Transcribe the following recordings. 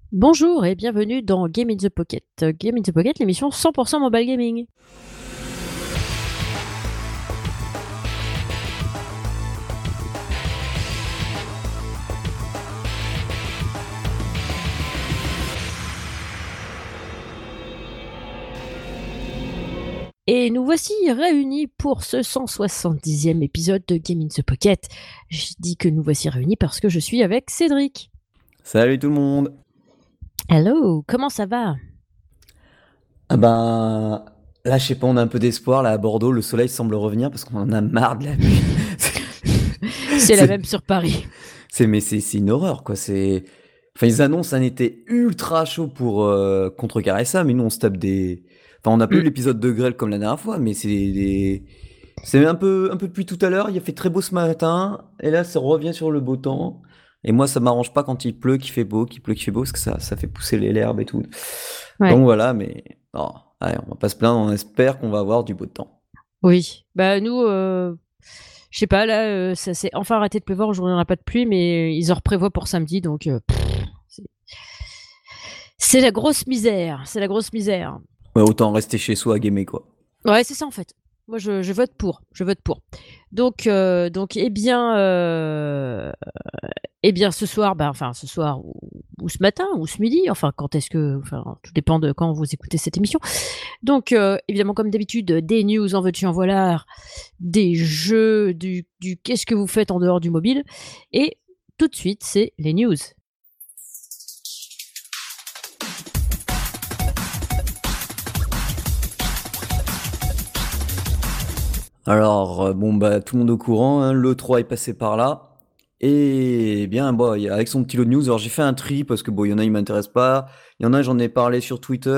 Bonjour et bienvenue dans Game in the Pocket. Game in the Pocket, l'émission 100% mobile gaming. Et nous voici réunis pour ce 170e épisode de Game in the Pocket. Je dis que nous voici réunis parce que je suis avec Cédric. Salut tout le monde. Hello, comment ça va? Ah ben, là, je sais pas, on a un peu d'espoir. Là, à Bordeaux, le soleil semble revenir parce qu'on en a marre de la pluie. C'est la C'est, même sur Paris. mais c'est une horreur, quoi. Enfin, ils annoncent un été ultra chaud pour contrecarrer ça, mais nous, on se tape des. Enfin, on n'a pas eu Mm. l'épisode de grêle comme la dernière fois, mais c'est un peu de pluie tout à l'heure. Il a fait très beau ce matin, et là, ça revient sur le beau temps. Et moi, ça m'arrange pas quand il pleut, qu'il fait beau, qu'il pleut, qu'il fait beau, parce que ça fait pousser l'herbe et tout. Ouais, Donc voilà, mais oh, allez, on va pas se plaindre, on espère qu'on va avoir du beau temps. oui. Bah nous, je sais pas, là, ça s'est enfin arrêté de pleuvoir. Aujourd'hui, on n'aura pas de pluie, mais ils en reprévoient pour samedi, donc c'est c'est la grosse misère. C'est la grosse misère. Ouais, autant rester chez soi à gamer, quoi. Ouais, c'est ça en fait. Moi, je vote pour. Je vote pour. Donc, eh bien, ce soir, enfin, ce soir ou ce matin ou ce midi, enfin, quand est-ce que, enfin, tout dépend de quand vous écoutez cette émission. Donc, évidemment, comme d'habitude, des news en veux-tu en voilà, des jeux, du qu'est-ce que vous faites en dehors du mobile, et tout de suite, c'est les news. Alors, bon, bah, tout le monde au courant, hein, l'E3 est passé par là. Et bien, bon, avec son petit lot de news, alors j'ai fait un tri parce que bon, il y en a, ils m'intéressent pas. Il y en a, j'en ai parlé sur Twitter,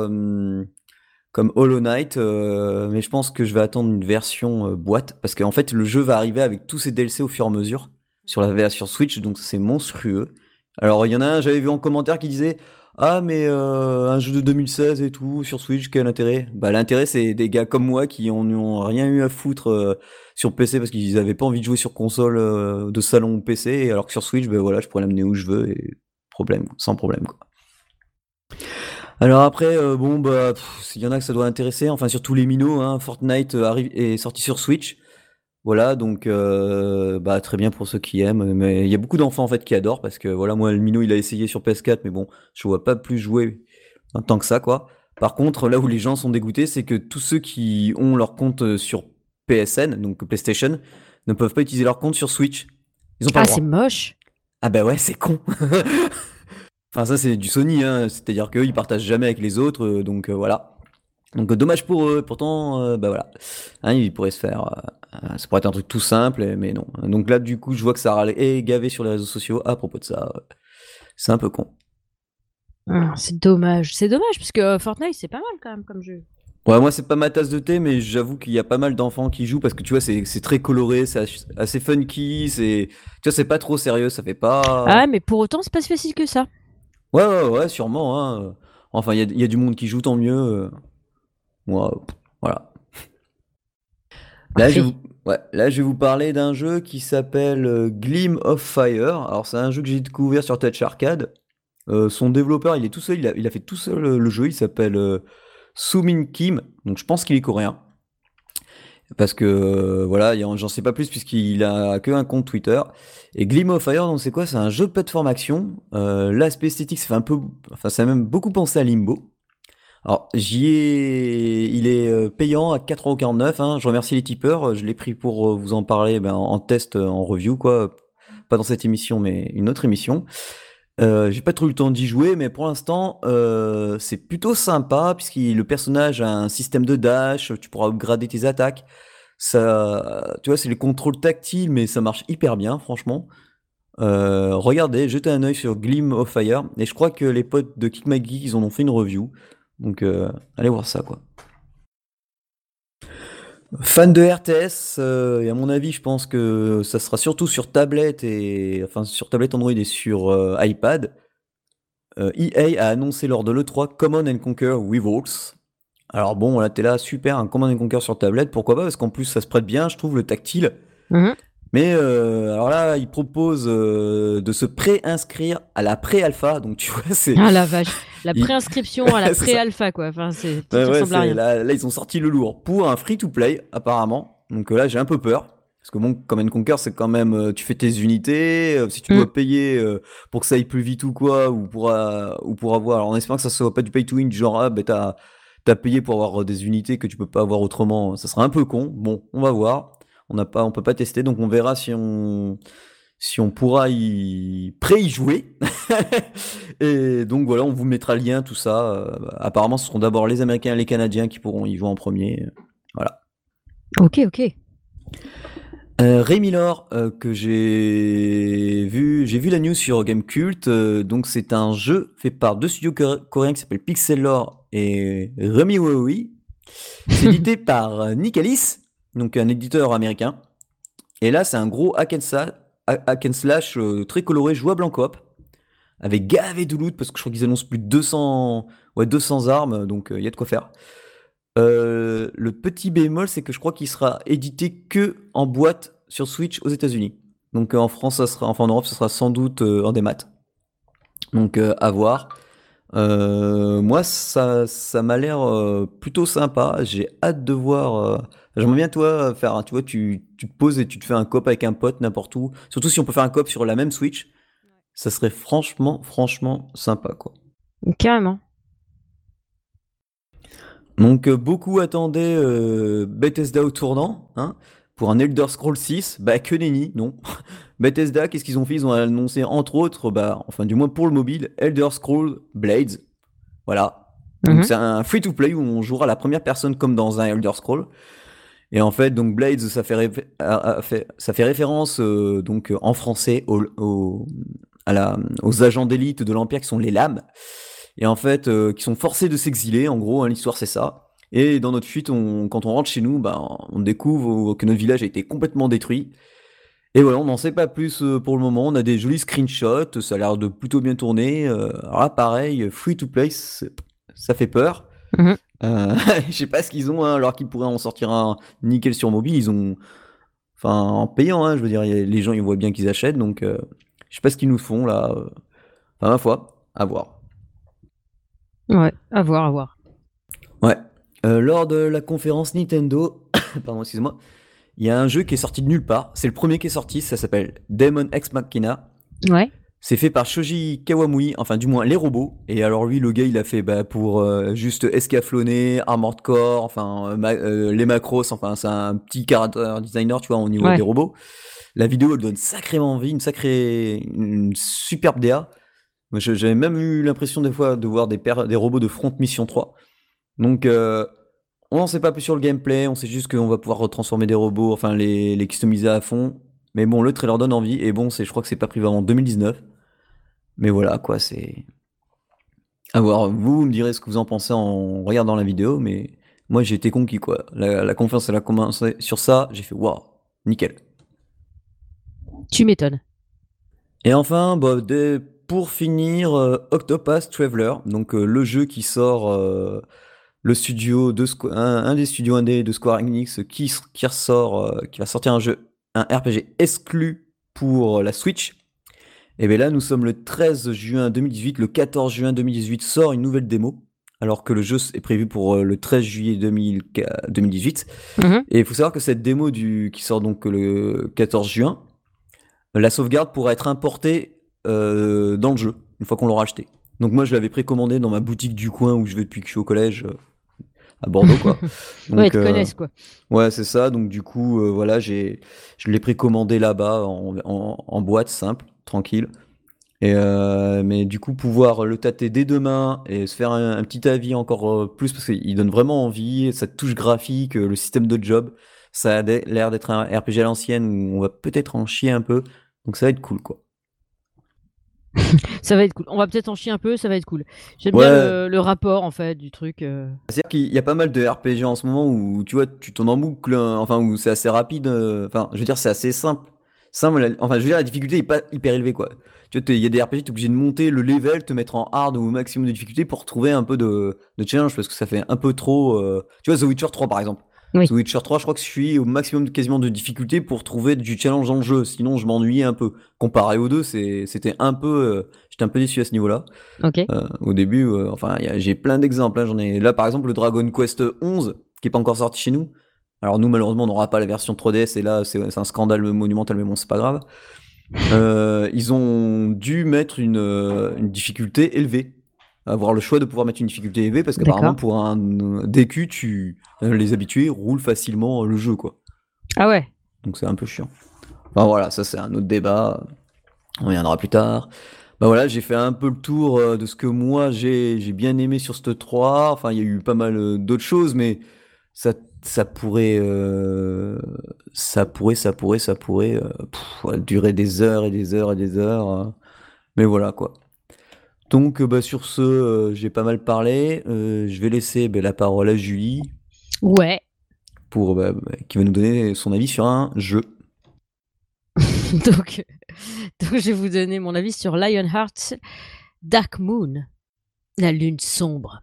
comme Hollow Knight, mais je pense que je vais attendre une version boîte parce qu'en fait, le jeu va arriver avec tous ses DLC au fur et à mesure sur la version Switch, donc c'est monstrueux. Alors, il y en a un, j'avais vu en commentaire qui disait ah, mais un jeu de 2016 et tout sur Switch, quel intérêt? Bah, l'intérêt, c'est des gars comme moi qui en ont rien eu à foutre sur PC parce qu'ils avaient pas envie de jouer sur console de salon ou PC, alors que sur Switch, ben voilà, je pourrais l'amener où je veux et sans problème, quoi. Alors après, bon, bah, il y en a que ça doit intéresser, enfin, surtout les minots, hein. Fortnite est sorti sur Switch. Voilà, donc bah, très bien pour ceux qui aiment. Mais il y a beaucoup d'enfants en fait qui adorent parce que voilà, moi, le minot, il a essayé sur PS4, mais bon, je vois pas plus jouer en tant que ça, quoi. Par contre, là où les gens sont dégoûtés, c'est que tous ceux qui ont leur compte sur PSN, donc PlayStation, ne peuvent pas utiliser leur compte sur Switch. Ils ont pas Ah, le c'est droit. moche. Ah bah ouais, c'est con. Enfin, ça, c'est du Sony, hein. C'est-à-dire qu'eux, ils partagent jamais avec les autres, donc voilà. Donc dommage pour eux, pourtant, bah voilà. Hein, ils pourraient se faire. Ça pourrait être un truc tout simple, mais non. Donc là, du coup, je vois que ça râle et gavé sur les réseaux sociaux à propos de ça. C'est un peu con. Ah, c'est dommage. C'est dommage parce que Fortnite, c'est pas mal quand même comme jeu. Ouais, moi, c'est pas ma tasse de thé, mais j'avoue qu'il y a pas mal d'enfants qui jouent parce que tu vois, c'est très coloré, c'est assez funky, tu vois, c'est pas trop sérieux, ça fait Ah, pas. mais pour autant, c'est pas si facile que ça. Ouais, ouais, ouais, sûrement, hein. Enfin, il y a du monde qui joue, tant mieux. Moi, voilà. Là, Parfait. là, je vais vous parler d'un jeu qui s'appelle Gleam of Fire. Alors, c'est un jeu que j'ai découvert sur Touch Arcade. Son développeur, il est tout seul, il a fait tout seul le jeu. Il s'appelle Soo-min Kim. Donc, je pense qu'il est coréen. Parce que, voilà, j'en sais pas plus puisqu'il a que un compte Twitter. Et Gleam of Fire, donc c'est quoi? C'est un jeu de plateforme action. L'aspect esthétique, ça fait un peu. Enfin, ça a même beaucoup pensé à Limbo. Alors, il est payant à 4,49 €, hein. Je remercie les tipeurs. Je l'ai pris pour vous en parler en test, en review, quoi. Pas dans cette émission, mais une autre émission. J'ai pas trop eu le temps d'y jouer, mais pour l'instant, c'est plutôt sympa, puisque le personnage a un système de dash, tu pourras upgrader tes attaques. Ça, tu vois, c'est les contrôles tactiles, mais ça marche hyper bien, franchement. Regardez, jetez un œil sur Gleam of Fire, et je crois que les potes de Kick My Geek, ils en ont fait une review. Donc, allez voir ça, quoi. Fan de RTS, et à mon avis, je pense que ça sera surtout sur tablette enfin sur tablette Android et sur iPad. EA a annoncé lors de l'E3 Command and Conquer Revolts. Alors bon, là t'es là, super, un Command and Conquer sur tablette, pourquoi pas? Parce qu'en plus ça se prête bien, je trouve, le tactile. Mhm. Mais alors là, ils proposent de se pré-inscrire à la pré-alpha. Donc tu vois, Ah la vache, la ils- préinscription à la c'est ça. pré-alpha quoi. Enfin, Ouais, ça ouais, ressemble à rien. là, ils ont sorti le lourd pour un free-to-play apparemment. Donc là, j'ai un peu peur. Parce que bon, Command Conquer, c'est quand même, tu fais tes unités, si tu Mm. dois payer pour que ça aille plus vite ou quoi, ou pour avoir, alors en espérant que ça soit pas du pay to win, du genre, ah, ben t'as payé pour avoir des unités que tu peux pas avoir autrement, ça sera un peu con. Bon, on va voir. On peut pas tester, donc on verra si on pourra y jouer. Et donc voilà, on vous mettra le lien, tout ça. Apparemment, ce seront d'abord les Américains et les Canadiens qui pourront y jouer en premier. Voilà. Ok, ok. Ray Milor, que j'ai vu la news sur Gamecult. Donc c'est un jeu fait par deux studios coréens qui s'appellent Pixellor et Remiwowi. C'est édité par Nicalis, donc un éditeur américain. Et là, c'est un gros hack and slash très coloré, jouable en coop, avec gavé de loot, parce que je crois qu'ils annoncent plus de 200, ouais, 200 armes, donc il y a de quoi faire. Le petit bémol, c'est que je crois qu'il sera édité que en boîte sur Switch aux États-Unis. Donc en France, enfin en Europe, ça sera sans doute en démat. Donc à voir. Moi, ça m'a l'air plutôt sympa. J'ai hâte de voir. J'aimerais bien toi faire. Tu vois, tu te poses et tu te fais un coop avec un pote n'importe où. Surtout si on peut faire un coop sur la même Switch, ça serait franchement sympa, quoi. Carrément. Donc beaucoup attendaient Bethesda au tournant, hein, pour un Elder Scrolls 6. Bah que nenni, non. Bethesda, qu'est-ce qu'ils ont fait? Ils ont annoncé entre autres, bah, enfin du moins pour le mobile, Elder Scrolls Blades. Voilà. Donc Mhm. c'est un free-to-play où on jouera la première personne comme dans un Elder Scroll. Et en fait, donc Blades, ça fait référence donc en français aux agents d'élite de l'Empire qui sont les lames. Et en fait, qui sont forcés de s'exiler. En gros, hein, l'histoire c'est ça. Et dans notre fuite, quand on rentre chez nous, bah, on découvre que notre village a été complètement détruit. Et voilà, on n'en sait pas plus pour le moment. On a des jolis screenshots, ça a l'air de plutôt bien tourner. Alors là, pareil, free to play, ça fait peur. Mhm. Je sais pas ce qu'ils ont, hein, alors qu'ils pourraient en sortir un nickel sur mobile. Ils ont, enfin, en payant, hein, je veux dire, les gens ils voient bien qu'ils achètent, donc je sais pas ce qu'ils nous font là. Enfin, ma foi, à voir. Ouais, à voir, à voir. Ouais. Lors de la conférence Nintendo, pardon, excuse-moi, il y a un jeu qui est sorti de nulle part. C'est le premier qui est sorti, ça s'appelle Demon X Machina. Ouais. C'est fait par Shoji Kawamui, enfin du moins les robots. Et alors lui, le gars, il a fait bah, pour juste Escaflowné, Armored Core, enfin les macros, enfin c'est un petit character designer, tu vois, au niveau Ouais. des robots. La vidéo, elle donne sacrément envie, une superbe DA. Moi, j'avais même eu l'impression des fois de voir des robots de Front Mission 3. Donc on n'en sait pas plus sur le gameplay, on sait juste qu'on va pouvoir retransformer des robots, enfin les customiser à fond. Mais bon, le trailer donne envie, et bon, je crois que c'est pas prévu avant 2019. Mais voilà, quoi, c'est à voir. Vous me direz ce que vous en pensez en regardant la vidéo, mais moi j'ai été conquis, quoi. La confiance, elle a commencé sur ça, j'ai fait waouh, nickel. Tu m'étonnes. Et enfin, bah, pour finir, Octopath Traveler, donc le jeu qui sort, le studio un des studios indés de Square Enix qui ressort, qui va sortir un RPG exclu pour la Switch. Et bien là, nous sommes le 13 juin 2018. Le 14 juin 2018 sort une nouvelle démo, alors que le jeu est prévu pour le 13 juillet 2018. Mhm. Et il faut savoir que cette démo qui sort donc le 14 juin, la sauvegarde pourra être importée dans le jeu, une fois qu'on l'aura acheté. Donc moi, je l'avais précommandé dans ma boutique du coin où je vais depuis que je suis au collège, à Bordeaux, quoi. Ouais, ils Donc, te connaissent, quoi. ouais, c'est ça. Donc du coup, voilà, je l'ai précommandé là-bas en boîte simple, tranquille. Et mais du coup, pouvoir le tâter dès demain et se faire un petit avis encore plus, parce qu'il donne vraiment envie, sa touche graphique, le système de job, ça a l'air d'être un RPG à l'ancienne où on va peut-être en chier un peu, donc ça va être cool, quoi. Ça va être cool. On va peut-être en chier un peu, ça va être cool. J'aime bien Ouais, le rapport, en fait, du truc. c'est-à-dire qu'il y a pas mal de RPG en ce moment où tu vois, tu tournes en boucle, enfin où c'est assez rapide, enfin, je veux dire, c'est assez simple. Simple, enfin, je veux dire, la difficulté est pas hyper élevée, quoi. Tu vois, il y a des RPG, t'es obligé de monter le level, te mettre en hard ou au maximum de difficulté pour trouver un peu de challenge, parce que ça fait un peu trop. Tu vois, The Witcher 3 par exemple. Oui. The Witcher 3, je crois que je suis au maximum quasiment de difficulté pour trouver du challenge dans le jeu. Sinon, je m'ennuyais un peu. Comparé aux deux, c'était un peu, j'étais un peu déçu à ce niveau-là. Ok. Au début, enfin, j'ai plein d'exemples. Hein. J'en ai là, par exemple, le Dragon Quest 11, qui est pas encore sorti chez nous. Alors nous, malheureusement, on n'aura pas la version 3DS, et là, c'est un scandale monumental, mais bon, c'est pas grave. Ils ont dû mettre une difficulté élevée. Avoir le choix de pouvoir mettre une difficulté élevée, parce qu'apparemment, D'accord. pour un DQ, les habitués roulent facilement le jeu, quoi. Ah ouais. Donc c'est un peu chiant. Enfin voilà, ça c'est un autre débat. On reviendra plus tard. Bah voilà, j'ai fait un peu le tour de ce que moi j'ai bien aimé sur cette 3. Enfin, il y a eu pas mal d'autres choses, mais ça, ça pourrait, durer des heures et des heures et des heures. Mais voilà quoi. Donc bah, sur ce, j'ai pas mal parlé. Je vais laisser la parole à Julie Ouais. pour qui va nous donner son avis sur un jeu. donc, donc, je vais vous donner mon avis sur Lionheart Dark Moon, la lune sombre.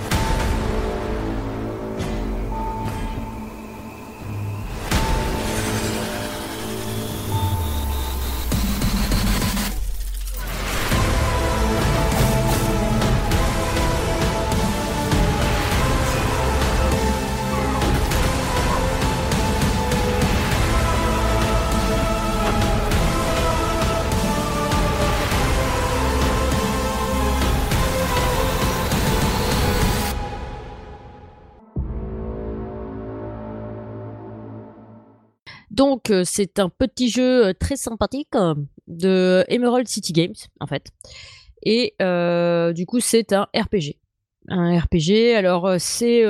Donc, c'est un petit jeu très sympathique de Emerald City Games, en fait. Et du coup, c'est un RPG. Un RPG, alors c'est,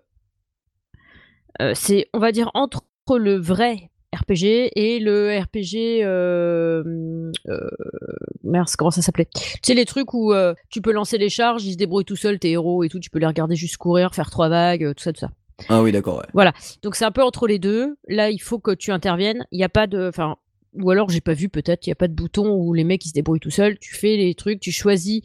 on va dire, entre le vrai RPG et le RPG, mince, comment ça s'appelait? Tu sais, les trucs où tu peux lancer les charges, ils se débrouillent tout seuls, tes héros et tout, tu peux les regarder juste courir, faire 3 vagues, tout ça, tout ça. Ah oui, d'accord, ouais. Voilà, donc c'est un peu entre les deux. Là, il faut que tu interviennes. Il n'y a pas de, enfin, ou alors j'ai pas vu, peut-être. Il y a pas de bouton où les mecs ils se débrouillent tout seuls. Tu fais les trucs, tu choisis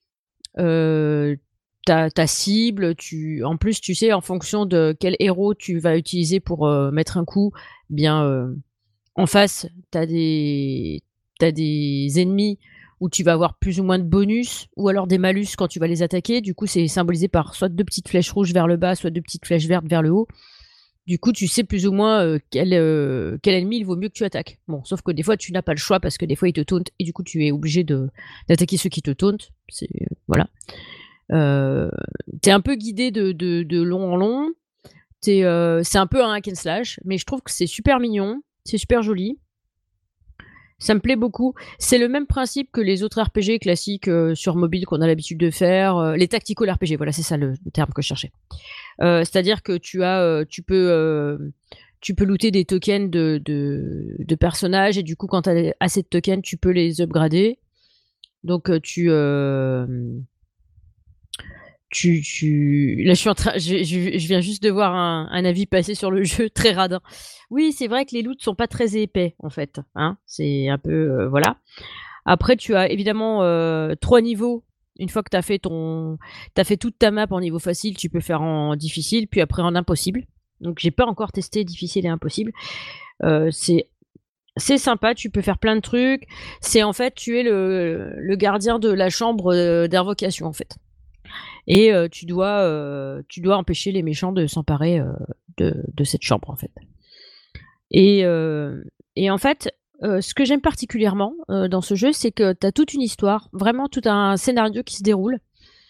ta cible. En plus, tu sais en fonction de quel héros tu vas utiliser pour mettre un coup. Bien, en face, t'as des ennemis où tu vas avoir plus ou moins de bonus, ou alors des malus quand tu vas les attaquer. Du coup, c'est symbolisé par soit 2 petites flèches rouges vers le bas, soit 2 petites flèches vertes vers le haut. Du coup, tu sais plus ou moins quel ennemi il vaut mieux que tu attaques. Bon, sauf que des fois, tu n'as pas le choix parce que des fois, ils te tauntent et du coup, tu es obligé d'attaquer ceux qui te tauntent. Voilà. T'es un peu guidé de long en long. C'est un peu un hack and slash, mais je trouve que c'est super mignon, c'est super joli. Ça me plaît beaucoup. C'est le même principe que les autres RPG classiques sur mobile qu'on a l'habitude de faire. Les tactical RPG, voilà, c'est ça le terme que je cherchais. C'est-à-dire que tu peux looter des tokens de personnages et du coup, quand tu as assez de tokens, tu peux les upgrader. Donc, là, je suis en train, je viens juste de voir un avis passer sur le jeu très radin. Oui, c'est vrai que les loots sont pas très épais en fait. Hein, c'est un peu voilà. Après, tu as évidemment 3 niveaux. Une fois que t'as fait toute ta map en niveau facile, tu peux faire en difficile, puis après en impossible. Donc j'ai pas encore testé difficile et impossible. C'est sympa, tu peux faire plein de trucs. C'est en fait, tu es le gardien de la chambre d'invocation en fait. Et tu dois empêcher les méchants de s'emparer de cette chambre en fait. Et en fait, ce que j'aime particulièrement dans ce jeu, c'est que tu as toute une histoire, vraiment tout un scénario qui se déroule.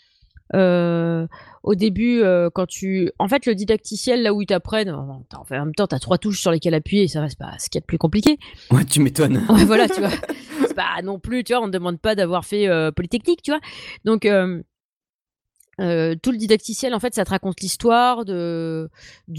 Au début, en fait, le didacticiel, là où ils t'apprennent, en même temps, tu as 3 touches sur lesquelles appuyer, et ça va, c'est pas ce qu'il y a de plus compliqué. Ouais, tu m'étonnes. Ouais, voilà, tu vois. C'est pas non plus, tu vois, on ne demande pas d'avoir fait Polytechnique, tu vois. Donc, tout le didacticiel, en fait, ça te raconte l'histoire de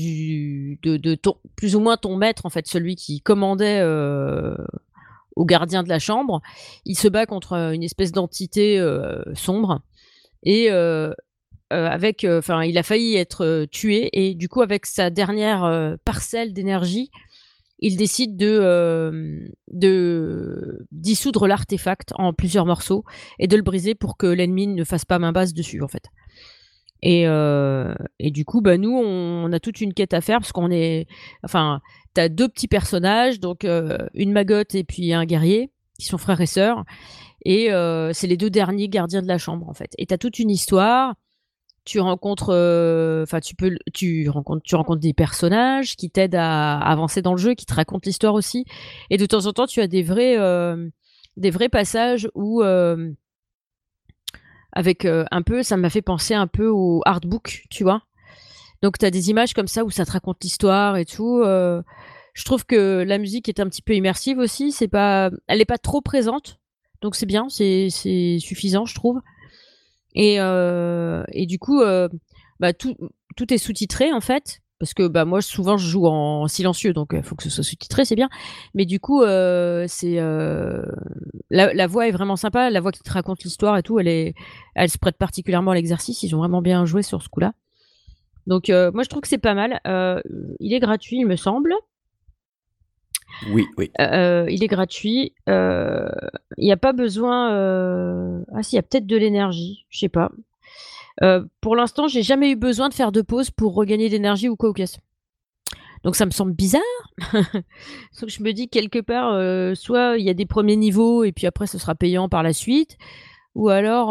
plus ou moins ton maître, en fait, celui qui commandait au gardien de la chambre. Il se bat contre une espèce d'entité sombre et il a failli être tué et du coup, avec sa dernière parcelle d'énergie, il décide de dissoudre l'artefact en plusieurs morceaux et de le briser pour que l'ennemi ne fasse pas main basse dessus, en fait. Et du coup, bah, nous, on a toute une quête à faire parce qu'on est. Enfin, t'as deux petits personnages, donc une magotte et puis un guerrier, qui sont frères et sœurs. Et c'est les deux derniers gardiens de la chambre, en fait. Et t'as toute une histoire. Tu rencontres, enfin, tu rencontres des personnages qui t'aident à avancer dans le jeu, qui te racontent l'histoire aussi. Et de temps en temps, tu as des vrais passages où avec un peu, ça m'a fait penser un peu au artbook, tu vois. Donc tu as des images comme ça où ça te raconte l'histoire et tout. Je trouve que la musique est un petit peu immersive aussi. Elle est pas trop présente, donc c'est bien, c'est suffisant, je trouve. Et du coup, bah, tout est sous-titré en fait. Parce que bah, moi, souvent, je joue en silencieux, donc il faut que ce soit sous-titré, c'est bien. Mais du coup, la voix est vraiment sympa. La voix qui te raconte l'histoire et tout, elle se prête particulièrement à l'exercice. Ils ont vraiment bien joué sur ce coup-là. Donc, moi, je trouve que c'est pas mal. Il est gratuit, il me semble. Oui, oui. Il est gratuit. Il n'y a pas besoin. Ah, si, il y a peut-être de l'énergie. Je sais pas. Pour l'instant, j'ai jamais eu besoin de faire de pause pour regagner de l'énergie ou quoi au caisse. Donc ça me semble bizarre. Donc je me dis quelque part, soit il y a des premiers niveaux et puis après ce sera payant par la suite, ou alors,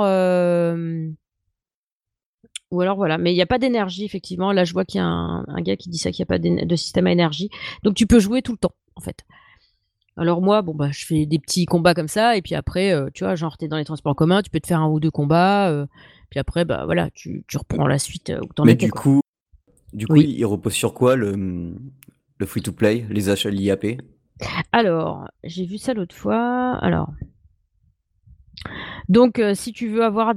voilà. Mais il n'y a pas d'énergie effectivement. Là je vois qu'il y a un gars qui dit ça qu'il n'y a pas de système à énergie. Donc tu peux jouer tout le temps en fait. Alors moi, bon bah je fais des petits combats comme ça et puis après, tu vois, genre t'es dans les transports en commun, tu peux te faire un ou deux combats, puis après bah voilà, tu reprends la suite où t'en Mais étais quoi. du coup, Oui. il repose sur quoi le free-to-play, les achats l'IAP? Alors, j'ai vu ça l'autre fois. Alors, donc si tu veux avoir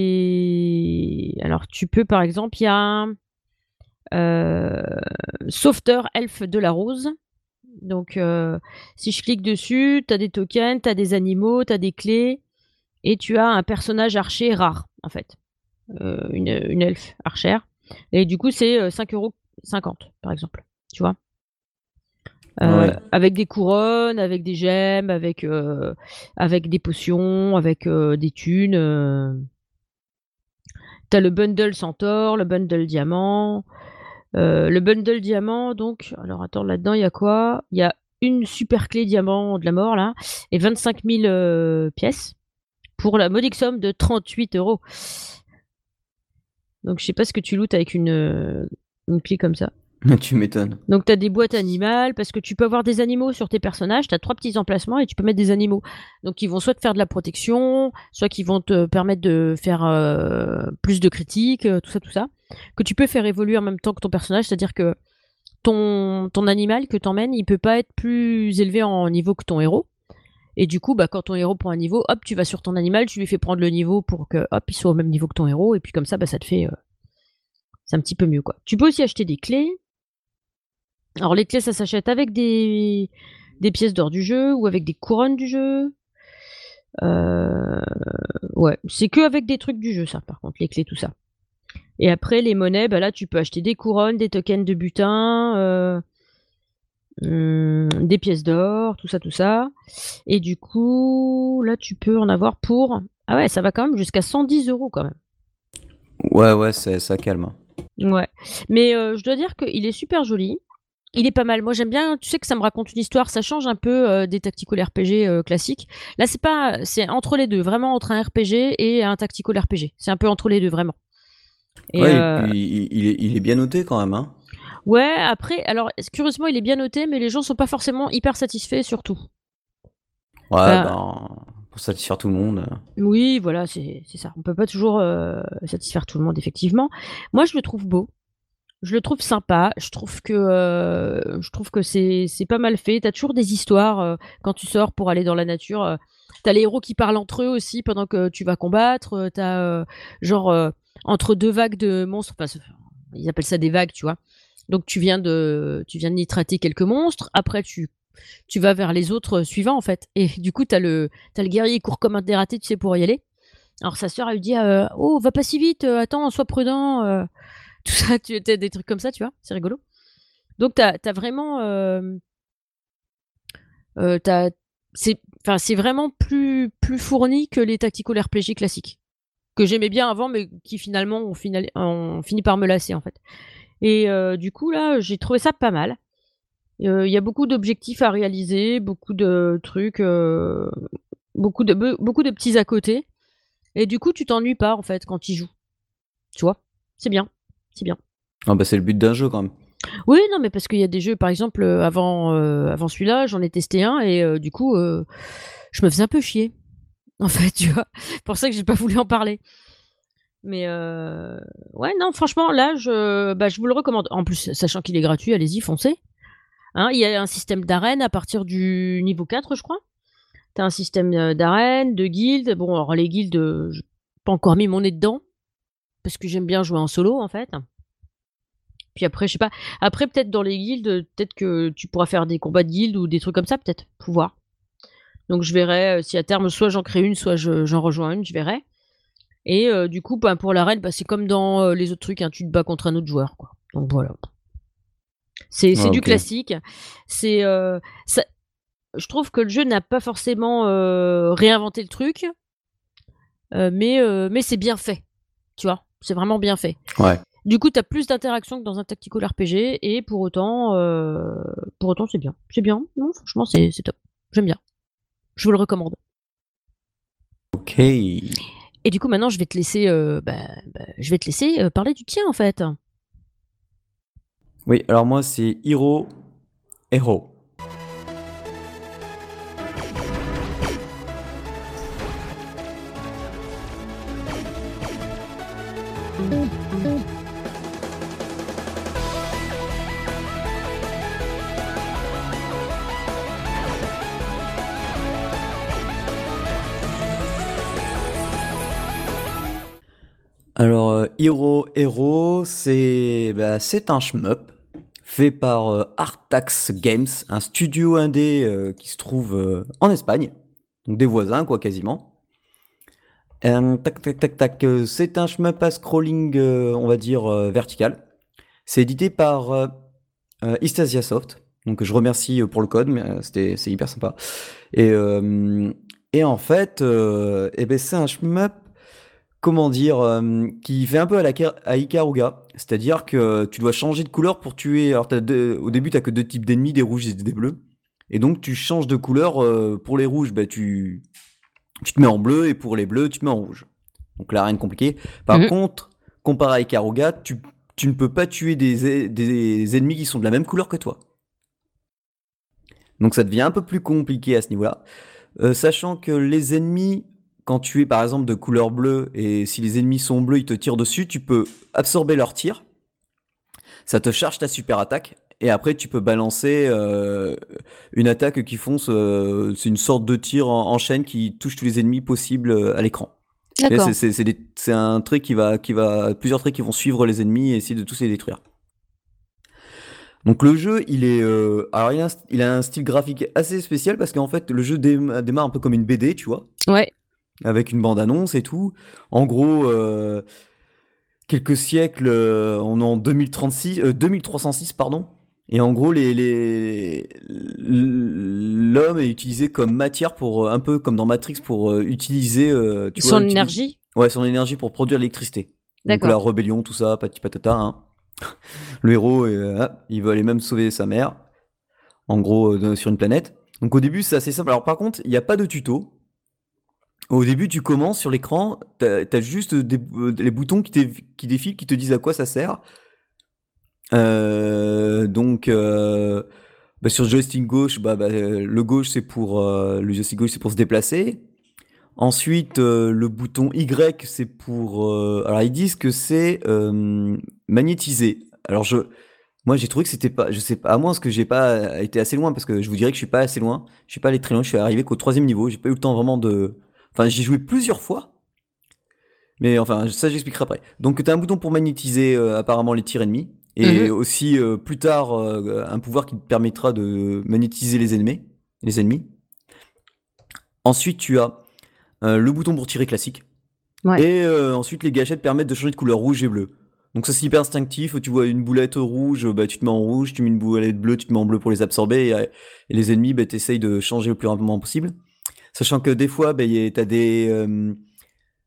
alors tu peux par exemple, il y a un euh, sauveteur elfe de la rose. Donc si je clique dessus, tu as des tokens, tu as des animaux, tu as des clés et tu as un personnage archer rare en fait. Une elfe archère. Et du coup, c'est 5,50 € par exemple. Tu vois? Ah ouais. Avec des couronnes, avec des gemmes, avec des potions, avec des thunes. T'as le bundle centaure, le bundle diamant. Le bundle diamant, donc, alors attends, là-dedans, il y a quoi? Il y a une super clé diamant de la mort, là, et 25 000 pièces pour la modique somme de 38 €. Donc, je sais pas ce que tu lootes avec une clé comme ça. Tu m'étonnes. Donc, tu as des boîtes animales, parce que tu peux avoir des animaux sur tes personnages. Tu as 3 petits emplacements et tu peux mettre des animaux. Donc, ils vont soit te faire de la protection, soit qu'ils vont te permettre de faire plus de critiques, tout ça, tout ça. Que tu peux faire évoluer en même temps que ton personnage. C'est-à-dire que ton animal que t'emmènes, il peut pas être plus élevé en niveau que ton héros. Et du coup, bah, quand ton héros prend un niveau, hop, tu vas sur ton animal, tu lui fais prendre le niveau pour que, hop, il soit au même niveau que ton héros. Et puis comme ça, bah, ça te fait. C'est un petit peu mieux, quoi. Tu peux aussi acheter des clés. Alors les clés, ça s'achète avec des pièces d'or du jeu ou avec des couronnes du jeu. Euh, Ouais, c'est que avec des trucs du jeu, ça, par contre, les clés, tout ça. Et après, les monnaies, bah là, tu peux acheter des couronnes, des tokens de butin, des pièces d'or, tout ça, tout ça. Et du coup, là, tu peux en avoir pour. Ah ouais, ça va quand même jusqu'à 110 € quand même. Ouais, ouais, ça calme, hein. Ouais. Mais je dois dire qu'il est super joli. Il est pas mal. Moi, j'aime bien. Tu sais que ça me raconte une histoire. Ça change un peu des tactical RPG classiques. Là, c'est pas. C'est entre les deux. Vraiment entre un RPG et un tactical RPG. C'est un peu entre les deux, vraiment. Et Ouais, et puis il est bien noté quand même, hein. ouais, après, alors, curieusement, il est bien noté, mais les gens sont pas forcément hyper satisfaits, surtout. Ouais, Bah, ben, pour satisfaire tout le monde. oui, voilà, c'est ça. On peut pas toujours satisfaire tout le monde, effectivement. Moi, je le trouve beau. Je le trouve sympa. Je trouve que c'est pas mal fait. T'as toujours des histoires quand tu sors pour aller dans la nature. T'as les héros qui parlent entre eux aussi pendant que tu vas combattre. T'as genre entre deux vagues de monstres. Enfin, ils appellent ça des vagues, tu vois. Donc tu viens de nitrater quelques monstres. Après tu vas vers les autres suivants en fait. Et du coup t'as le guerrier qui court comme un dératé, tu sais, pour y aller. Alors sa sœur elle lui dit oh va pas si vite, attends sois prudent. Tout ça, tu as des trucs comme ça, tu vois, c'est rigolo. Donc t'as vraiment, t'as, c'est, enfin c'est vraiment plus fourni que les tactical RPG classiques. que j'aimais bien avant, mais qui finalement ont fini par me lasser, en fait. Et du coup, là, j'ai trouvé ça pas mal. Il y a beaucoup d'objectifs à réaliser, beaucoup de trucs, beaucoup de petits à côté et du coup, tu t'ennuies pas, en fait, quand tu y joues. Tu vois? C'est bien, c'est bien. Ah bah, c'est le but d'un jeu quand même. Oui, non, mais parce qu'il y a des jeux, par exemple, avant celui-là, j'en ai testé un et du coup, je me faisais un peu chier, en fait, tu vois? Pour ça que j'ai pas voulu en parler. Mais ouais, non, franchement, là, je vous le recommande. En plus, sachant qu'il est gratuit, allez-y, foncez, hein. Il y a un système d'arène à partir du niveau 4, je crois. Tu as un système, d'arène, de guildes. Bon, alors les guildes, j'ai pas encore mis mon nez dedans, parce que j'aime bien jouer en solo, en fait. Puis après, je sais pas, après peut-être dans les guildes, peut-être que tu pourras faire des combats de guildes ou des trucs comme ça, peut-être, faut voir. Donc je verrai, si à terme, soit j'en crée une, soit j'en rejoins une, je verrai. Et du coup, ben, pour l'arène, bah, c'est comme dans, les autres trucs, hein, tu te bats contre un autre joueur, quoi. Donc voilà. C'est Ah, du ok. classique. C'est, ça je trouve que le jeu n'a pas forcément, réinventé le truc, mais c'est bien fait, tu vois? C'est vraiment bien fait. Ouais. Du coup, tu as plus d'interaction que dans un tactical RPG et pour autant c'est bien. C'est bien, non franchement c'est top. J'aime bien. Je vous le recommande. Ok. Et du coup maintenant je vais te laisser, je vais te laisser, parler du tien en fait. Oui, alors moi c'est Hero. Alors, Hero, c'est un shmup fait par Artax Games, un studio indé qui se trouve en Espagne, donc des voisins quoi quasiment. Tac tac tac tac, c'est un shmup à scrolling, on va dire vertical. C'est édité par Istasia Soft, donc je remercie pour le code, mais c'est hyper sympa. Et, euh, et en fait, c'est un shmup comment dire, qui fait un peu à Ikaruga. C'est-à-dire que tu dois changer de couleur pour tuer. Alors, au début, tu que deux types d'ennemis, des rouges et des bleus. Et donc, tu changes de couleur. Pour les rouges, bah, tu te mets en bleu, et pour les bleus, tu te mets en rouge. Donc là, rien de compliqué. Par Mmh. contre, comparé à Ikaruga, tu ne peux pas tuer des ennemis qui sont de la même couleur que toi. Donc ça devient un peu plus compliqué à ce niveau-là. Sachant que les ennemis, quand tu es par exemple de couleur bleue, et si les ennemis sont bleus, ils te tirent dessus, tu peux absorber leur tir, ça te charge ta super attaque, et après tu peux balancer une attaque qui fonce, c'est une sorte de tir en chaîne qui touche tous les ennemis possibles à l'écran. Et D'accord. c'est un trait plusieurs traits qui vont suivre les ennemis et essayer de tous les détruire. Donc le jeu, alors il a un style graphique assez spécial parce qu'en fait le jeu démarre un peu comme une BD, tu vois, Ouais. avec une bande-annonce et tout. En gros, quelques siècles, on est en 2306, pardon. Et en gros, l'homme est utilisé comme matière pour, un peu comme dans Matrix, pour utiliser, tu vois, Son énergie? ouais, son énergie pour produire l'électricité. Donc la D'accord. rébellion, tout ça, patati patata, hein. Le héros, il veut aller même sauver sa mère, en gros, sur une planète. Donc au début, c'est assez simple. Alors par contre, il n'y a pas de tuto. Au début, tu commences sur l'écran, t'as juste les boutons qui défilent, qui te disent à quoi ça sert. Donc, sur le joystick gauche, le gauche le joystick gauche c'est pour se déplacer. Ensuite, le bouton Y c'est pour. Alors ils disent que c'est magnétisé. Alors moi j'ai trouvé que c'était pas, je sais pas, à moins que j'ai pas été assez loin parce que je vous dirais que je suis pas assez loin. Je suis pas allé très loin. Je suis arrivé qu'au troisième niveau. J'ai pas eu le temps vraiment de. Enfin, j'ai joué plusieurs fois. Mais enfin, ça j'expliquerai après. Donc tu as un bouton pour magnétiser apparemment les tirs ennemis. Et Mmh. aussi plus tard un pouvoir qui te permettra de magnétiser les ennemis. Les ennemis. Ensuite tu as le bouton pour tirer classique. Ouais. Et ensuite les gâchettes permettent de changer de couleur rouge et bleu. Donc ça c'est hyper instinctif, tu vois une boulette rouge, bah, tu te mets en rouge, tu mets une boulette bleue, tu te mets en bleu pour les absorber, et les ennemis, bah, t'essayes de changer le plus rapidement possible. Sachant que des fois, bah, t'as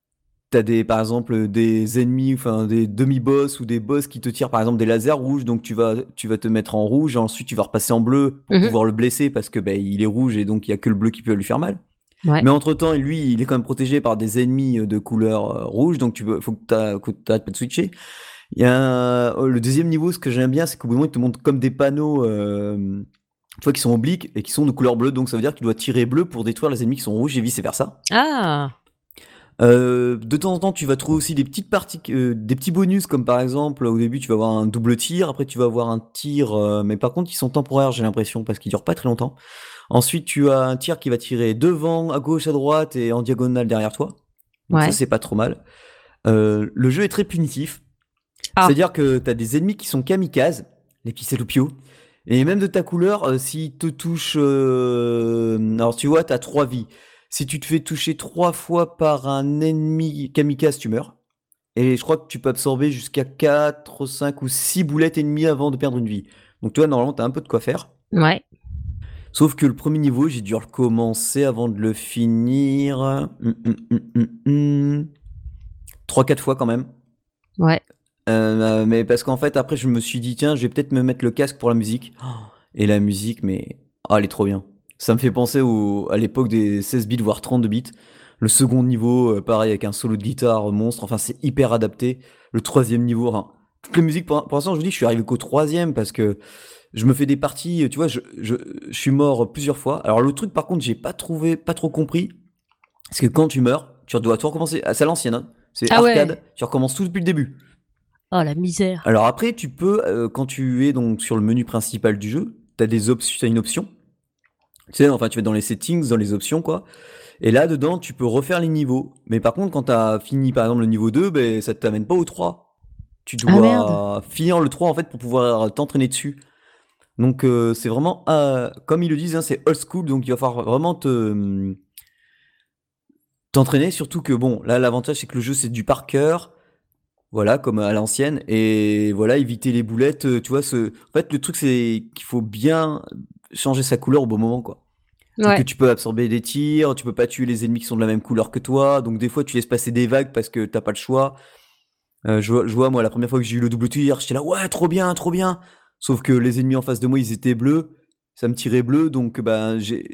t'as par exemple, des ennemis, enfin des demi-boss ou des boss qui te tirent par exemple des lasers rouges, donc tu vas te mettre en rouge, et ensuite tu vas repasser en bleu pour Mhm. pouvoir le blesser parce que il est rouge et donc il y a que le bleu qui peut lui faire mal. Ouais. Mais entre-temps, lui, il est quand même protégé par des ennemis de couleur rouge, donc faut que t'arrêtes pas de switcher. Il y a le deuxième niveau, ce que j'aime bien, c'est qu'au bout d'un moment, il te montre comme des panneaux, tu vois, qui sont obliques et qui sont de couleur bleue, donc ça veut dire que tu dois tirer bleu pour détruire les ennemis qui sont rouges et vice versa. Ah. De temps en temps, tu vas trouver aussi des petites parties, des petits bonus, comme par exemple, au début, tu vas avoir un double tir, après tu vas avoir un tir, mais par contre, ils sont temporaires, j'ai l'impression, parce qu'ils durent pas très longtemps. Ensuite, tu as un tir qui va tirer devant, à gauche, à droite et en diagonale derrière toi. Donc ça, Ouais. c'est pas trop mal. Le jeu est très punitif. Ah. C'est-à-dire que t'as des ennemis qui sont kamikazes, les Pixelopio, et même de ta couleur, s'ils te touchent... alors tu vois, t'as 3 vies. Si tu te fais toucher 3 fois par un ennemi kamikaze, tu meurs. Et je crois que tu peux absorber jusqu'à 4, 5 ou 6 boulettes ennemies avant de perdre une vie. Donc toi, normalement, t'as un peu de quoi faire. Ouais. Sauf que le premier niveau, j'ai dû recommencer avant de le finir. 3-4 fois quand même. Ouais. Mais parce qu'en fait, après, je me suis dit, tiens, je vais peut-être me mettre le casque pour la musique. Oh, et la musique, mais elle est trop bien. Ça me fait penser à l'époque des 16 bits, voire 32 bits. Le second niveau, pareil, avec un solo de guitare monstre. Enfin, c'est hyper adapté. Le troisième niveau, enfin, toutes les musiques, pour l'instant, je vous dis, je suis arrivé qu'au troisième parce que je me fais des parties, tu vois, je suis mort plusieurs fois. Alors, le truc, par contre, j'ai pas trouvé, pas trop compris. C'est que quand tu meurs, tu dois tout recommencer. Ah, c'est à l'ancienne, hein. C'est Ah ouais. arcade. Tu recommences tout depuis le début. Oh la misère. Alors après, tu peux, quand tu es donc sur le menu principal du jeu, t'as une option. Tu sais, enfin, tu vas dans les settings, dans les options, quoi. Et là, dedans, tu peux refaire les niveaux. Mais par contre, quand t'as fini, par exemple, le niveau 2, ben, ça t'amène pas au 3. Tu Ah merde. dois finir le 3, en fait, pour pouvoir t'entraîner dessus. Donc, c'est vraiment, comme ils le disent, hein, c'est old school, donc il va falloir vraiment t'entraîner. Surtout que, bon, là, l'avantage, c'est que le jeu, c'est du par cœur. Voilà, comme à l'ancienne. Et voilà, éviter les boulettes. Tu vois, en fait, le truc, c'est qu'il faut bien changer sa couleur au bon moment, quoi. Donc, Ouais. tu peux absorber des tirs, tu peux pas tuer les ennemis qui sont de la même couleur que toi. Donc, des fois, tu laisses passer des vagues parce que t'as pas le choix. Je vois, moi, la première fois que j'ai eu le double tir, j'étais là, ouais, trop bien, trop bien. Sauf que les ennemis en face de moi, ils étaient bleus. Ça me tirait bleu, donc ben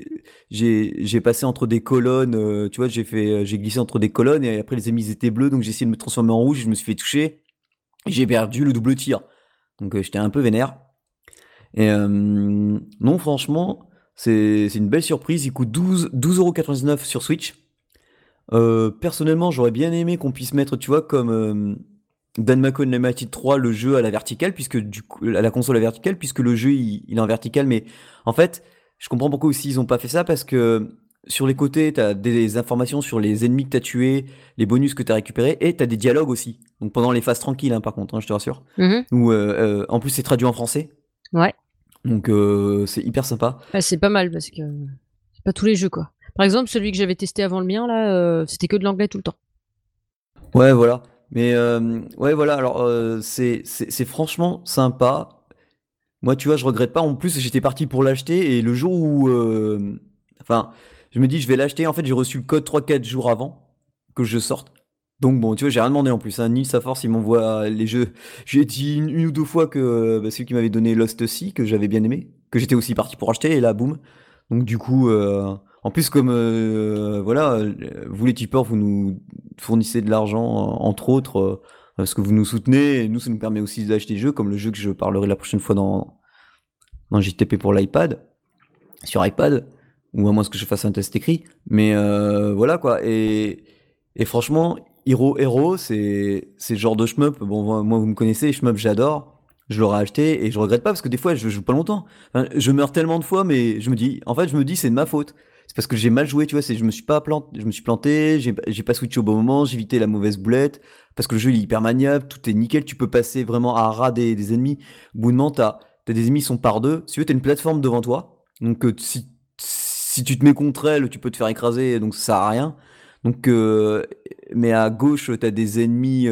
j'ai passé entre des colonnes, tu vois, j'ai glissé entre des colonnes et après les ennemis ils étaient bleus, donc j'ai essayé de me transformer en rouge, je me suis fait toucher et j'ai perdu le double tir. Donc j'étais un peu vénère. Et non, franchement, c'est une belle surprise. Il coûte 12,99€ sur Switch. Personnellement, j'aurais bien aimé qu'on puisse mettre, tu vois, comme Danmaco Unlimited 3, le jeu à la verticale, puisque du coup, à la console à la verticale, puisque le jeu il est en vertical. Mais en fait, je comprends pourquoi aussi ils ont pas fait ça, parce que sur les côtés, t'as des informations sur les ennemis que t'as tués, les bonus que t'as récupérés, et t'as des dialogues aussi. Donc pendant les phases tranquilles, hein, par contre, hein, je te rassure. Mhm. Où, en plus, c'est traduit en français. Ouais. Donc c'est hyper sympa. Ah, c'est pas mal parce que c'est pas tous les jeux quoi. Par exemple, celui que j'avais testé avant le mien là, c'était que de l'anglais tout le temps. Ouais, voilà. Mais ouais, voilà. Alors, c'est franchement sympa. Moi, tu vois, je regrette pas. En plus, j'étais parti pour l'acheter et le jour où, enfin, je me dis, je vais l'acheter. En fait, j'ai reçu le code 3-4 jours avant que je sorte. Donc bon, tu vois, j'ai rien demandé en plus, hein. Ni sa force, il m'envoie les jeux. J'ai dit une ou deux fois que celui qui m'avait donné Lost Sea, que j'avais bien aimé, que j'étais aussi parti pour acheter, et là, boum. Donc du coup, en plus, comme voilà, vous les tipeurs, vous nous fournissez de l'argent, entre autres, parce que vous nous soutenez, et nous, ça nous permet aussi d'acheter des jeux, comme le jeu que je parlerai la prochaine fois dans JTP pour l'iPad, sur iPad, ou à moins que je fasse un test écrit. Mais voilà quoi. Et franchement, Hero, c'est le genre de shmup. Bon, moi, vous me connaissez, shmup, j'adore. Je l'aurais acheté et je regrette pas parce que des fois, je joue pas longtemps. Enfin, je meurs tellement de fois, mais en fait, je me dis, c'est de ma faute. C'est parce que j'ai mal joué, tu vois. Je me suis pas planté, je me suis planté, j'ai pas switché au bon moment, j'ai évité la mauvaise boulette. Parce que le jeu, il est hyper maniable, tout est nickel, tu peux passer vraiment à ras des ennemis. Au bout de moment, t'as des ennemis qui sont par deux. Si tu veux, t'as une plateforme devant toi. Donc, si tu te mets contre elle, tu peux te faire écraser, donc ça sert à rien. Donc, mais à gauche, t'as des ennemis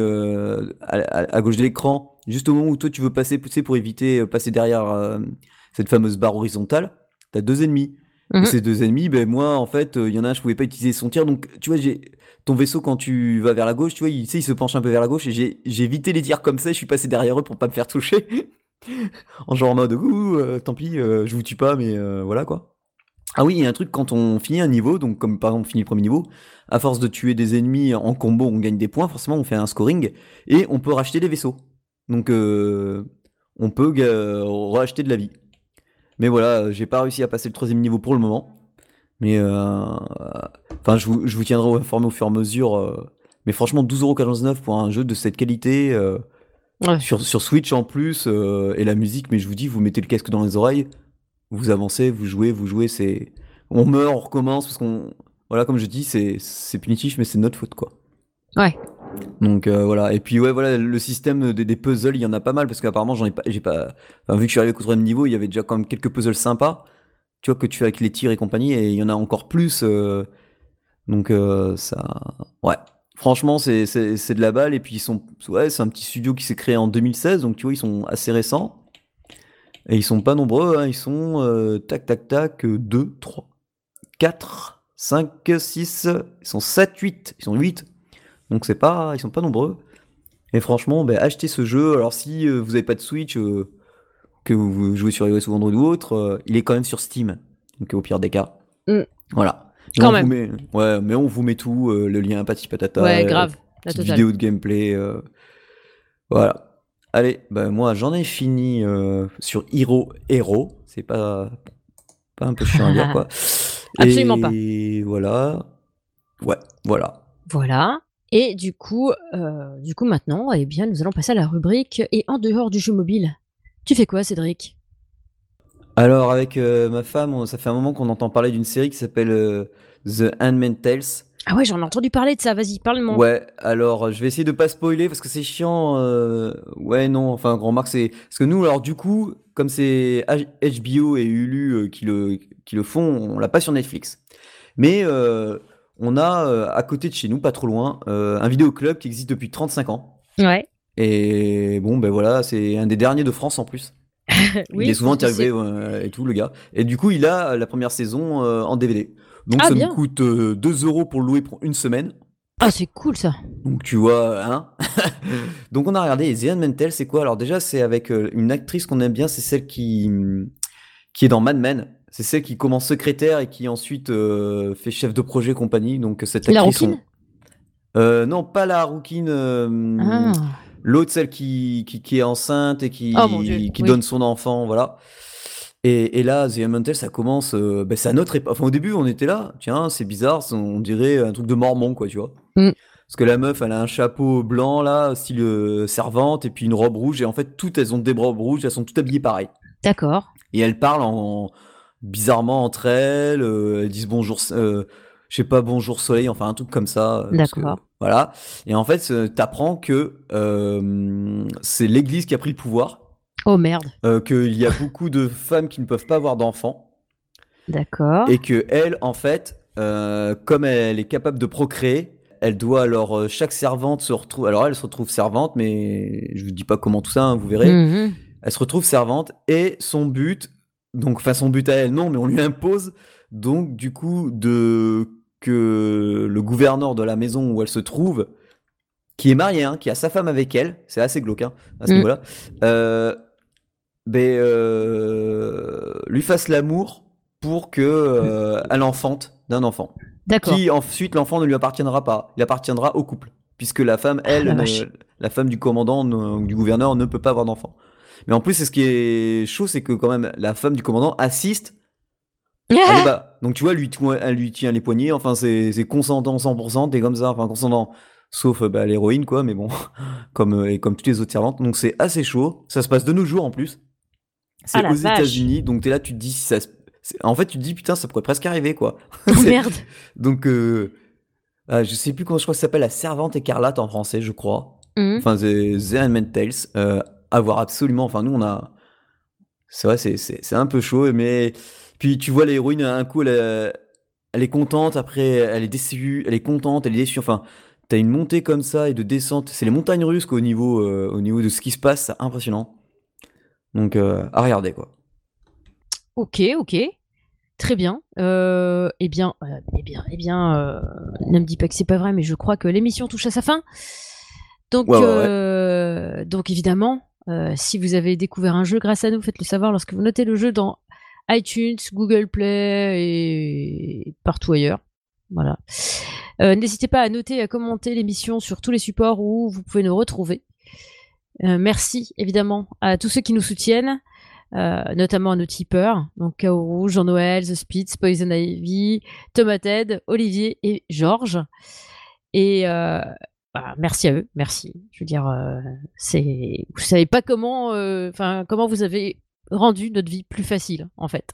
à gauche de l'écran, juste au moment où toi tu veux passer, tu sais, pour éviter passer derrière cette fameuse barre horizontale, t'as deux ennemis. Et Mhm. ces deux ennemis, ben moi, en fait, il y en a un, je pouvais pas utiliser son tir. Donc, tu vois, ton vaisseau, quand tu vas vers la gauche, tu vois, tu sais, il se penche un peu vers la gauche. Et j'ai évité les tirs comme ça. Et je suis passé derrière eux pour pas me faire toucher. En genre en mode, ouh, tant pis, je vous tue pas, mais voilà quoi. Ah oui, il y a un truc, quand on finit un niveau, donc comme par exemple on finit le premier niveau, à force de tuer des ennemis en combo, on gagne des points, forcément on fait un scoring, et on peut racheter des vaisseaux. Donc on peut racheter de la vie. Mais voilà, j'ai pas réussi à passer le troisième niveau pour le moment. Mais enfin, je vous tiendrai informé au fur et à mesure. Mais franchement, 12,99€ pour un jeu de cette qualité, Ouais. sur Switch en plus, et la musique, mais je vous dis, vous mettez le casque dans les oreilles, vous avancez, vous jouez, c'est. On meurt, on recommence, parce qu'on. Voilà, comme je dis, c'est punitif, mais c'est notre faute, quoi. Ouais. Donc voilà, et puis ouais, voilà, le système des puzzles, il y en a pas mal, parce qu'apparemment, j'ai pas. Enfin, vu que je suis arrivé au troisième niveau, il y avait déjà quand même quelques puzzles sympas, tu vois, que tu fais avec les tirs et compagnie, et il y en a encore plus. Donc ça. Ouais. Franchement, c'est de la balle, et puis ils sont. Ouais, c'est un petit studio qui s'est créé en 2016, donc tu vois, ils sont assez récents. Et ils sont pas nombreux, hein, ils sont tac tac tac, 2, 3, 4, 5, 6, ils sont 7, 8, ils sont 8. Donc ils sont pas nombreux. Et franchement, bah, achetez ce jeu. Alors si vous avez pas de Switch, que vous jouez sur iOS ou Android ou autre, il est quand même sur Steam. Donc au pire des cas. Mm. Voilà. Et Quand on vous même. met, ouais, mais on vous met tout, le lien patati patata, Ouais, grave. La petite totale. vidéo de gameplay, voilà. Allez, bah moi j'en ai fini sur Hero. C'est pas un peu chiant à dire quoi. Absolument pas. Et voilà. Ouais, voilà. Voilà. Et du coup maintenant, eh bien, nous allons passer à la rubrique et en dehors du jeu mobile. Tu fais quoi, Cédric? Alors avec ma femme, ça fait un moment qu'on entend parler d'une série qui s'appelle The Handmaid's Tales. Ah ouais, j'en ai entendu parler de ça. Vas-y, parle-moi. Ouais, alors je vais essayer de pas spoiler parce que c'est chiant. Ouais, non, enfin, grand Marc, c'est. Parce que nous, alors du coup, comme c'est HBO et Hulu qui le font, on l'a pas sur Netflix. Mais on a à côté de chez nous, pas trop loin, un vidéoclub qui existe depuis 35 ans. Ouais. Et bon, ben voilà, c'est un des derniers de France en plus. Il est Oui, souvent interviewé c'est. et tout, le gars. Et du coup, il a la première saison en DVD. Donc Ah ça nous bien. coûte 2€ pour le louer pour une semaine. Ah, c'est cool ça. Donc tu vois, hein. Donc on a regardé The Handmaid's c'est quoi? Alors déjà, c'est avec une actrice qu'on aime bien, c'est celle qui est dans Mad Men. C'est celle qui commence secrétaire et qui ensuite fait chef de projet compagnie. Donc cette La actrice, rouquine? non, pas la rouquine, Ah. l'autre, celle qui est enceinte et Oh mon Dieu, qui donne oui. son enfant, voilà. Et là, The Elemental, ça commence, c'est à notre époque. Enfin, au début, on était là, tiens, c'est bizarre, on dirait un truc de Mormon, quoi, tu vois. Mm, Parce que la meuf, elle a un chapeau blanc, là, style servante, et puis une robe rouge, et en fait, toutes, elles ont des robes rouges, elles sont toutes habillées pareil. d'accord, Et elles parlent bizarrement entre elles disent bonjour, je sais pas, bonjour soleil, enfin un truc comme ça, parce que d'accord. voilà. Et en fait, t'apprends que c'est l'Église qui a pris le pouvoir, Oh merde. qu'il y a beaucoup de femmes qui ne peuvent pas avoir d'enfants, D'accord. et que elle, en fait, comme elle est capable de procréer, elle doit alors chaque servante se retrouve. Alors elle se retrouve servante, mais je vous dis pas comment tout ça, hein, vous verrez. Mhm. Elle se retrouve servante et son but, donc enfin son but à elle non, mais on lui impose donc du coup de que le gouverneur de la maison où elle se trouve, qui est marié, hein, qui a sa femme avec elle, c'est assez glauque hein, à ce Mm. niveau-là, euh, lui fasse l'amour pour que elle enfante d'un enfant, D'accord. qui ensuite l'enfant ne lui appartiendra pas, il appartiendra au couple, puisque la femme, Ah, la ne, vache. la femme du commandant, du gouverneur ne peut pas avoir d'enfant. Mais en plus, c'est ce qui est chaud, c'est que quand même la femme du commandant assiste à débat. Donc tu vois, elle lui tient les poignets, enfin c'est consentant 100%, t'es comme ça, enfin consentant, sauf l'héroïne quoi, mais bon, comme toutes les autres servantes. Donc c'est assez chaud, ça se passe de nos jours en plus. Ah C'est la aux vache. États-Unis, donc t'es là, tu te dis si ça en fait, tu te dis putain, ça pourrait presque arriver quoi. Oh C'est- merde. donc je sais plus comment je crois que ça s'appelle, La Servante écarlate en français, je crois. Mhm. Enfin, The Handmaid's Tales, à voir absolument. Enfin, nous on a c'est vrai, c'est un peu chaud, mais puis tu vois l'héroïne, un coup elle est contente, après elle est déçue, elle est contente, elle est déçue. Enfin, t'as une montée comme ça et de descente. C'est les montagnes russes quoi, au niveau de ce qui se passe, c'est impressionnant. Donc à regarder quoi. Ok, ok. Très bien. Ne me dis pas que c'est pas vrai, mais je crois que l'émission touche à sa fin. Ouais, ouais, ouais. Donc évidemment, si vous avez découvert un jeu grâce à nous, faites-le savoir lorsque vous notez le jeu dans iTunes, Google Play et partout ailleurs. Voilà. N'hésitez pas à noter et à commenter l'émission sur tous les supports où vous pouvez nous retrouver. Merci évidemment à tous ceux qui nous soutiennent, notamment à nos tipeurs, donc Chaos Rouge, Jean-Noël, The Spitz, Poison Ivy, Tomated, Olivier et Georges. Et voilà, merci à eux, merci. Je veux dire, vous savez pas comment vous avez rendu notre vie plus facile, en fait.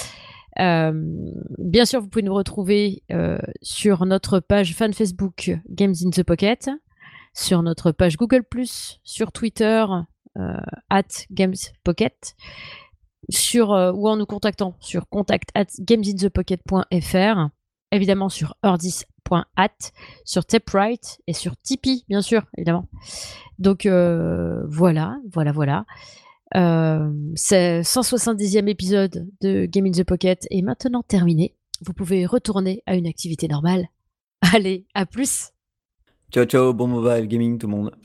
Bien sûr, vous pouvez nous retrouver sur notre page fan Facebook Games in the Pocket, sur notre page Google+, sur Twitter @GamesPocket, ou en nous contactant sur contact@gamesinthepocket.fr, évidemment sur ordis.at, sur Taprite et sur Tipeee, bien sûr, évidemment. Donc voilà. Ce 170e épisode de Game in the Pocket est maintenant terminé. Vous pouvez retourner à une activité normale. Allez, à plus! Ciao, ciao, bon mobile gaming tout le monde.